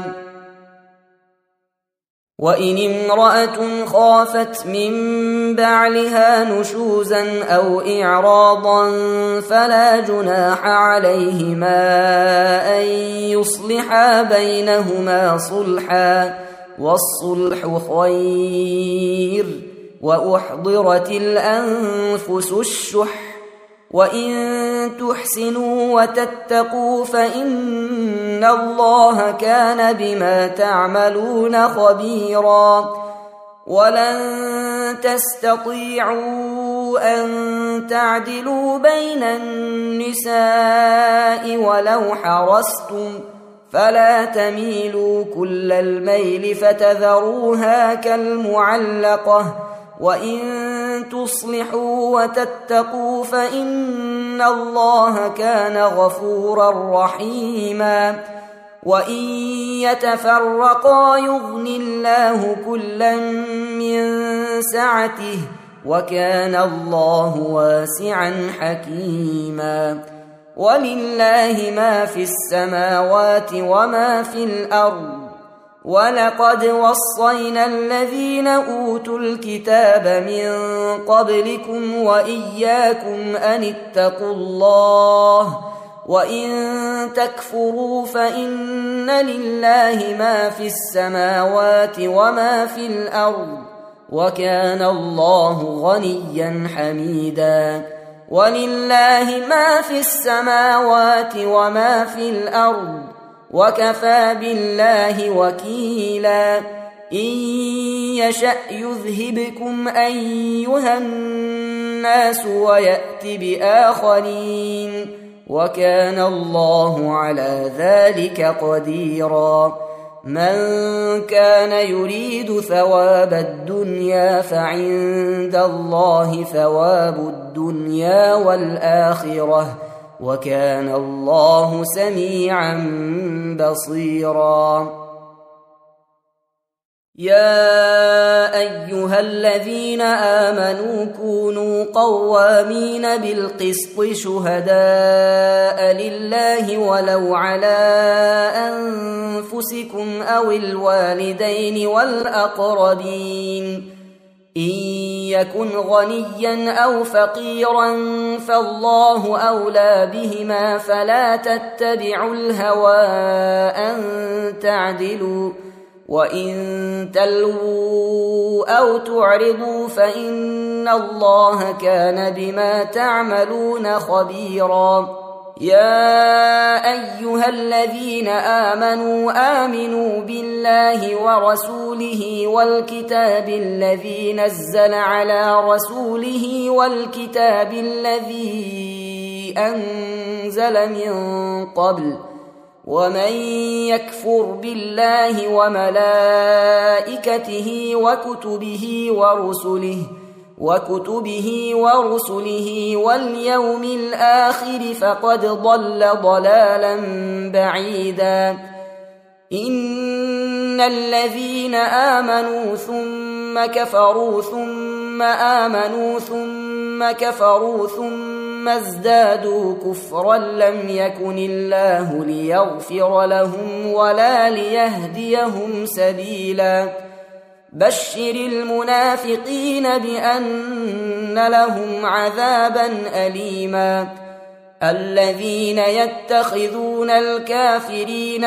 وإن امرأة خافت من بعلها نشوزا أو إعراضا فلا جناح عليهما أن يصلحا بينهما صلحا والصلح خير وأحضرت الأنفس الشح وإن تحسنوا وتتقوا فإن الله كان بما تعملون خبيرا ولن تستطيعوا أن تعدلوا بين النساء ولو حرصتم فلا تميلوا كل الميل فتذروها كالمعلقة وإن تصلحوا وتتقوا فإن الله كان غفورا رحيما وإن يتفرقا يغن الله كلا من سعته وكان الله واسعا حكيما ولله ما في السماوات وما في الأرض ولقد وصينا الذين أوتوا الكتاب من قبلكم وإياكم أن اتقوا الله وإن تكفروا فإن لله ما في السماوات وما في الأرض وكان الله غنيا حميدا ولله ما في السماوات وما في الأرض وكفى بالله وكيلا إن يشأ يذهبكم أيها الناس ويأت بآخرين وكان الله على ذلك قديرا من كان يريد ثواب الدنيا فعند الله ثواب الدنيا والآخرة وكان الله سميعا بصيرا يا أيها الذين آمنوا كونوا قوامين بالقسط شهداء لله ولو على أنفسكم أو الوالدين والأقربين إن يكن غنيا أو فقيرا فالله أولى بهما فلا تتبعوا الهوى أن تعدلوا وإن تلووا أو تعرضوا فإن الله كان بما تعملون خبيرا يا أيها الذين آمنوا آمنوا بالله ورسوله والكتاب الذي نزل على رسوله والكتاب الذي أنزل من قبل ومن يكفر بالله وملائكته وكتبه ورسله وكتبه ورسله واليوم الآخر فقد ضل ضلالا بعيدا. إن الذين آمنوا ثم كفروا ثم آمنوا ثم كفروا ثم ازدادوا كفرا لم يكن الله ليغفر لهم ولا ليهديهم سبيلا. بشر المنافقين بأن لهم عذابا أليما. الذين يتخذون الكافرين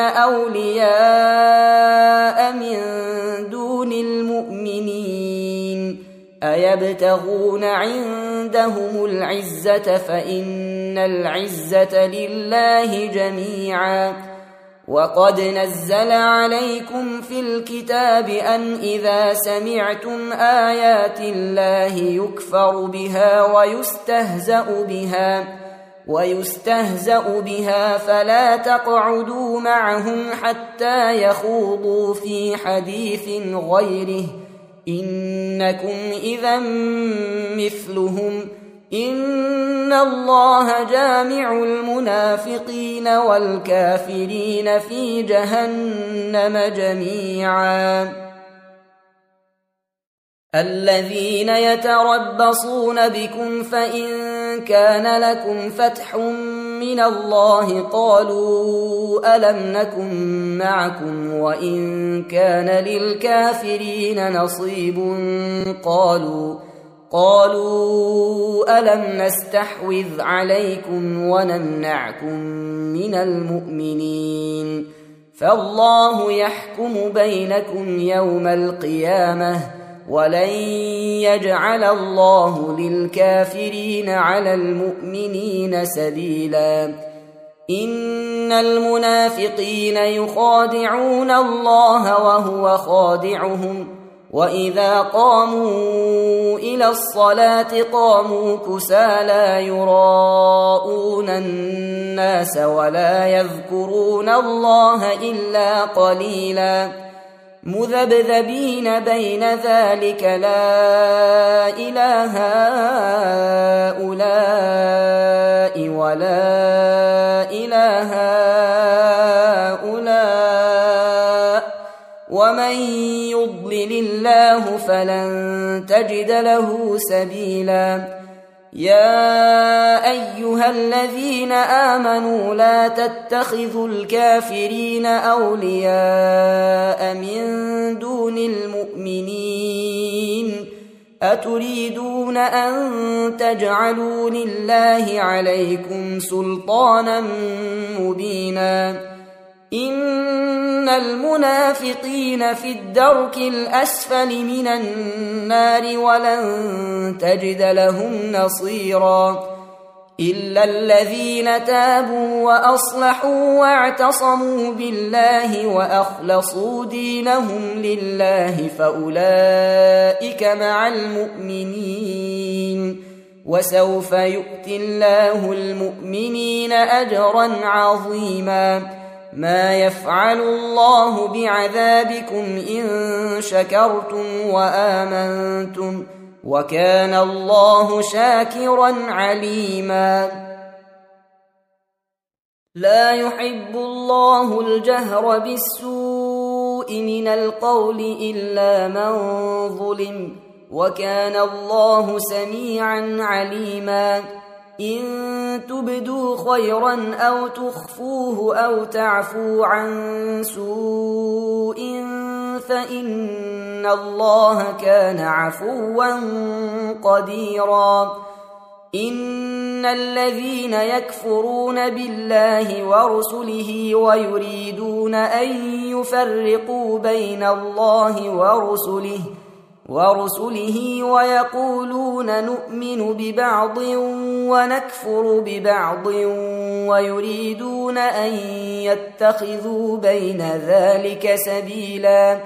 أولياء من دون المؤمنين أيبتغون عندهم العزة فإن العزة لله جميعا. وقد نزل عليكم في الكتاب أن إذا سمعتم آيات الله يكفر بها ويستهزأ بها ويستهزأ بها فلا تقعدوا معهم حتى يخوضوا في حديث غيره إنكم إذا مثلهم إن الله جامع المنافقين والكافرين في جهنم جميعا. الذين يتربصون بكم فإن كان لكم فتح من الله قالوا ألم نكن معكم وإن كان للكافرين نصيب قالوا قالوا ألم نستحوذ عليكم ونمنعكم من المؤمنين فالله يحكم بينكم يوم القيامة ولن يجعل الله للكافرين على المؤمنين سبيلا. إن المنافقين يخادعون الله وهو خادعهم وإذا قاموا إلى الصلاة قاموا كسالى يراءون الناس ولا يذكرون الله إلا قليلا مذبذبين بين ذلك لا إله هؤلاء ولا إله هؤلاء ومن يضلل الله فلن تجد له سبيلا. يا أيها الذين آمنوا لا تتخذوا الكافرين أولياء من دون المؤمنين أتريدون أن تجعلوا لله عليكم سلطانا مبينا. إن المنافقين في الدرك الأسفل من النار ولن تجد لهم نصيرا إلا الذين تابوا وأصلحوا واعتصموا بالله وأخلصوا دينهم لله فأولئك مع المؤمنين وسوف يؤتي الله المؤمنين أجرا عظيما. ما يفعل الله بعذابكم إن شكرتم وآمنتم وكان الله شاكرا عليما. لا يحب الله الجهر بالسوء من القول إلا من ظلم وكان الله سميعا عليما. إن تبدوا خيرا أو تخفوه أو تعفوا عن سوء فإن الله كان عفوا قديرا. إن الذين يكفرون بالله ورسله ويريدون أن يفرقوا بين الله ورسله ورسله ويقولون نؤمن ببعض ونكفر ببعض ويريدون أن يتخذوا بين ذلك سبيلا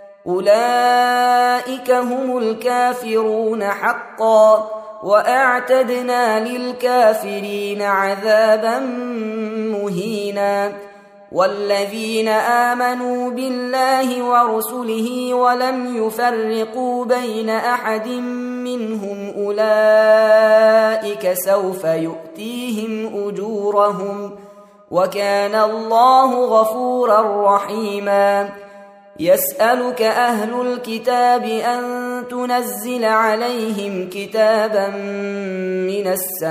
أولئك هم الكافرون حقا وأعتدنا للكافرين عذابا مهينا. والذين آمنوا بالله ورسله ولم يفرقوا بين أحد منهم أولئك سوف يؤتيهم أجورهم وكان الله غفورا رحيما يسألك أهل الكتاب أن تنزل عليهم كتابا من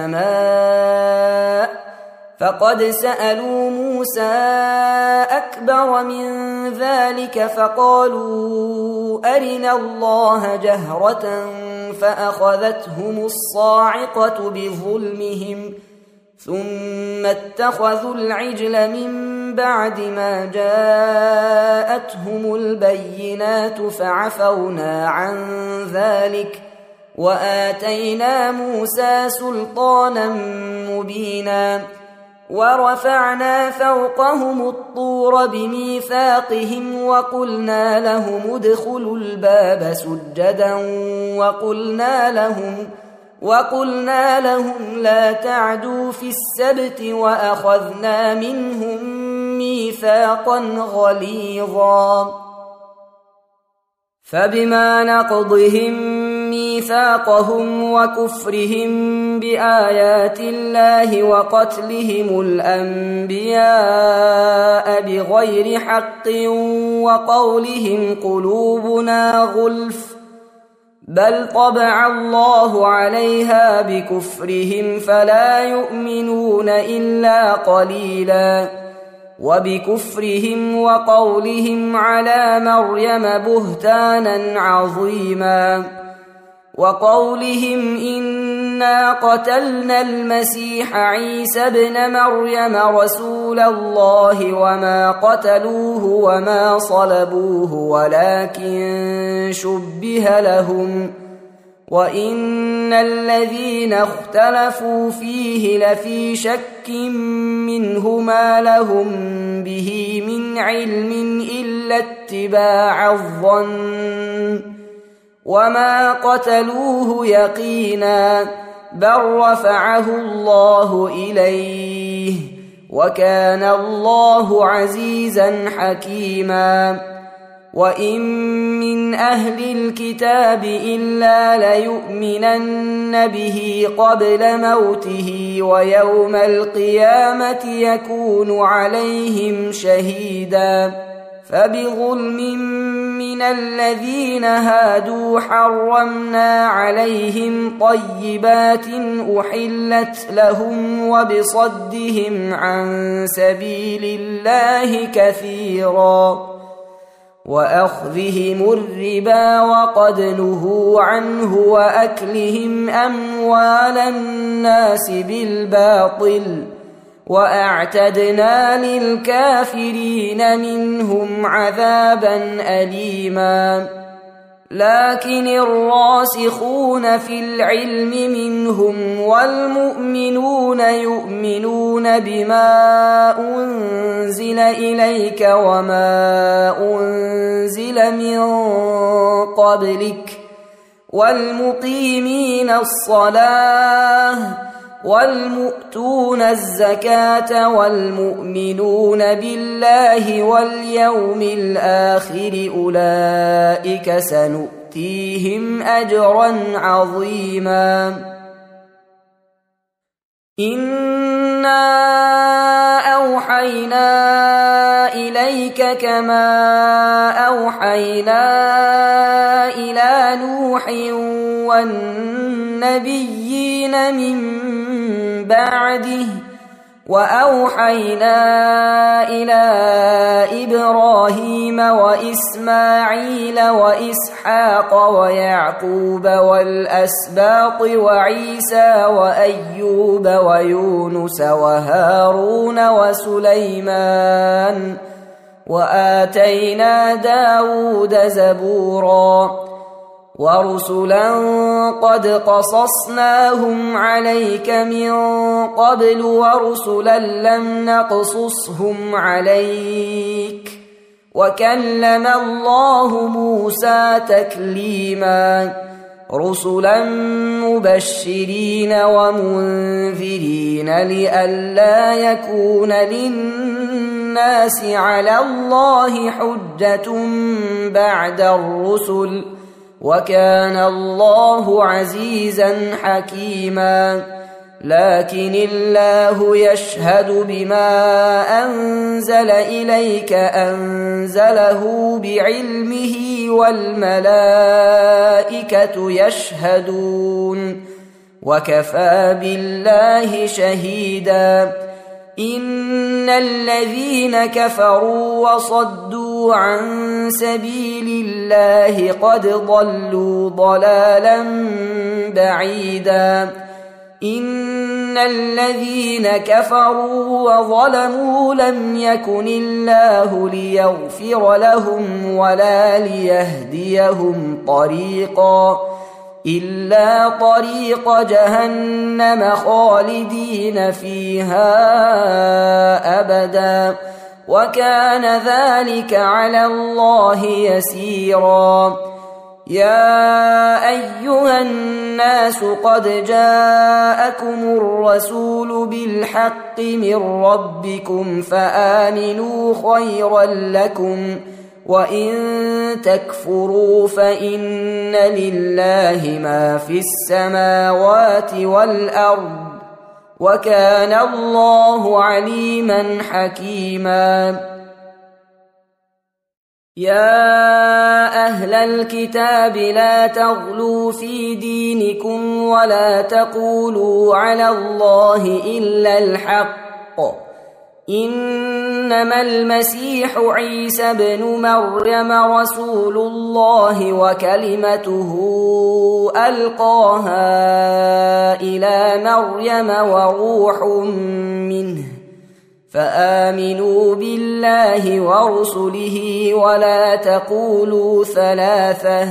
السماء فقد سألوا موسى أكبر من ذلك فقالوا أرنا الله جهرة فأخذتهم الصاعقة بظلمهم ثم اتخذوا العجل من بعد ما جاءتهم البينات فعفونا عن ذلك وآتينا موسى سلطانا مبينا ورفعنا فوقهم الطور بميثاقهم وقلنا لهم ادخلوا الباب سجدا وقلنا لهم وقلنا لهم لا تعدوا في السبت وأخذنا منهم ميثاقا غليظا فبما نقضهم ميثاقهم وكفرهم بآيات الله وقتلهم الأنبياء بغير حق وقولهم قلوبنا غلف بل طبع الله عليها بكفرهم فلا يؤمنون إلا قليلا وبكفرهم وقولهم على مريم بهتانا عظيما وقولهم إنا قتلنا المسيح عيسى ابن مريم رسول الله وما قتلوه وما صلبوه ولكن شبه لهم وإن الذين اختلفوا فيه لفي شك منه ما لهم به من علم إلا اتباع الظن وما قتلوه يقينا بل رفعه الله إليه وكان الله عزيزا حكيما وإن من أهل الكتاب إلا ليؤمنن به قبل موته ويوم القيامة يكون عليهم شهيدا فبظلم من الذين هادوا حرمنا عليهم طيبات أحلت لهم وبصدهم عن سبيل الله كثيرا وأخذهم الربا وقد نهوا عنه وأكلهم أموال الناس بالباطل وأعتدنا للكافرين منهم عذابا أليما لكن الراسخون في العلم منهم والمؤمنون يؤمنون بما أنزل إليك وما أنزل من قبلك والمقيمين الصلاة والمؤتون الزكاة والمؤمنون بالله واليوم الآخر أولئك سنؤتيهم أجرا عظيما إنا أوحينا إليك كما أوحينا إلى نوح والنبيين من بعده وأوحينا إلى إبراهيم وإسماعيل وإسحاق ويعقوب والأسباط وعيسى وأيوب ويونس وهارون وسليمان وآتينا داود زبورا ورسلا قد قصصناهم عليك من قبل ورسلا لم نقصصهم عليك وكلم الله موسى تكليما رسلا مبشرين ومنذرين لئلا يكون للناس على الله حجة بعد الرسل وكان الله عزيزا حكيما. لكن الله يشهد بما أنزل إليك أنزله بعلمه والملائكة يشهدون وكفى بالله شهيدا. إن الذين كفروا وصدوا عن سبيل الله قد ضلوا ضلالا بعيدا. إن الذين كفروا وظلموا لم يكن الله ليغفر لهم ولا ليهديهم طريقا إلا طريق جهنم خالدين فيها أبدا وكان ذلك على الله يسيرا. يا أيها الناس قد جاءكم الرسول بالحق من ربكم فآمنوا خيرا لكم وإن تكفروا فإن لله ما في السماوات والأرض وكان الله عليما حكيما. يا أهل الكتاب لا تغلوا في دينكم ولا تقولوا على الله إلا الحق. إنما المسيح عيسى بن مريم رسول الله وكلمته ألقاها إلى مريم وروح منه فآمنوا بالله ورسله ولا تقولوا ثلاثة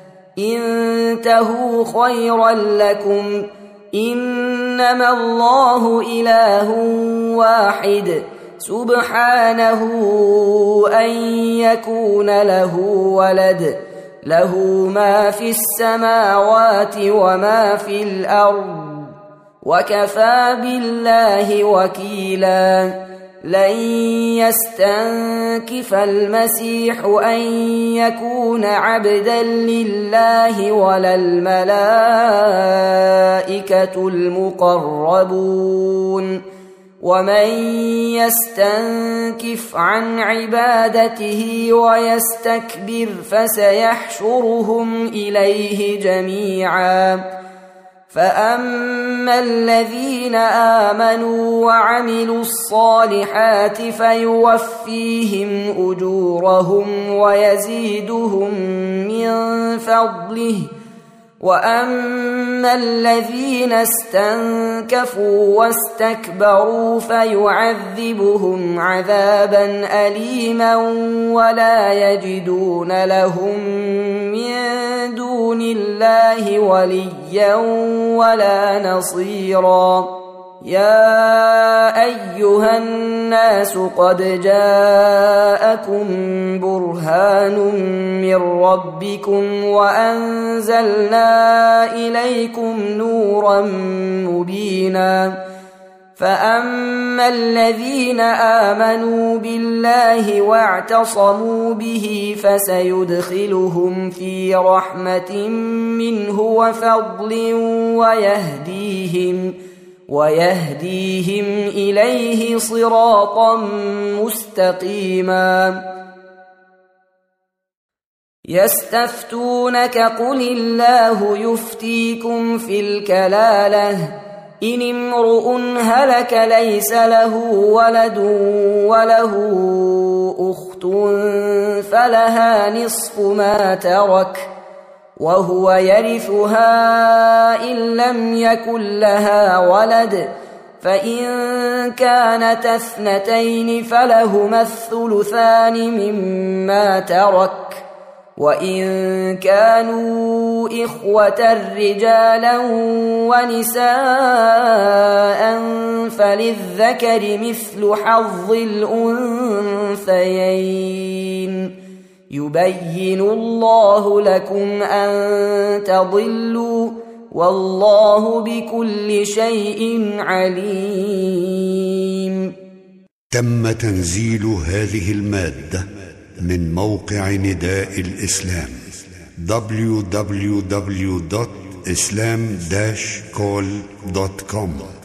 انتهوا خيرا لكم إنما الله إله واحد سبحانه أن يكون له ولد له ما في السماوات وما في الأرض وكفى بالله وكيلا. لن يستنكف المسيح أن يكون عبدا لله ولا الملائكة المقربون ومن يستنكف عن عبادته ويستكبر فسيحشرهم إليه جميعا. فأما الذين آمنوا وعملوا الصالحات فيوفيهم أجورهم ويزيدهم من فضله وأما الذين استنكفوا واستكبروا فيعذبهم عذابا أليما ولا يجدون لهم من دون الله وليا ولا نصيرا. يا أيها الناس قد جاءكم برهان من ربكم وأنزلنا إليكم نورا مبينا. فأما الذين آمنوا بالله واعتصموا به فسيدخلهم في رحمة منه وفضل ويهديهم ويهديهم إليه صراطا مستقيما. يستفتونك قل الله يفتيكم في الكلالة إن امرؤ هلك ليس له ولد وله أخت فلها نصف ما ترك وهو يرثها إن لم يكن لها ولد فإن كانت اثنتين فلهما الثلثان مما ترك وإن كانوا إخوة رجالا ونساء فللذكر مثل حظ الأنثيين يبين الله لكم أن تضلوا والله بكل شيء عليم. تم تنزيل هذه المادة من موقع نداء الإسلام دبليو دبليو دبليو دوت islam dash call دوت كوم.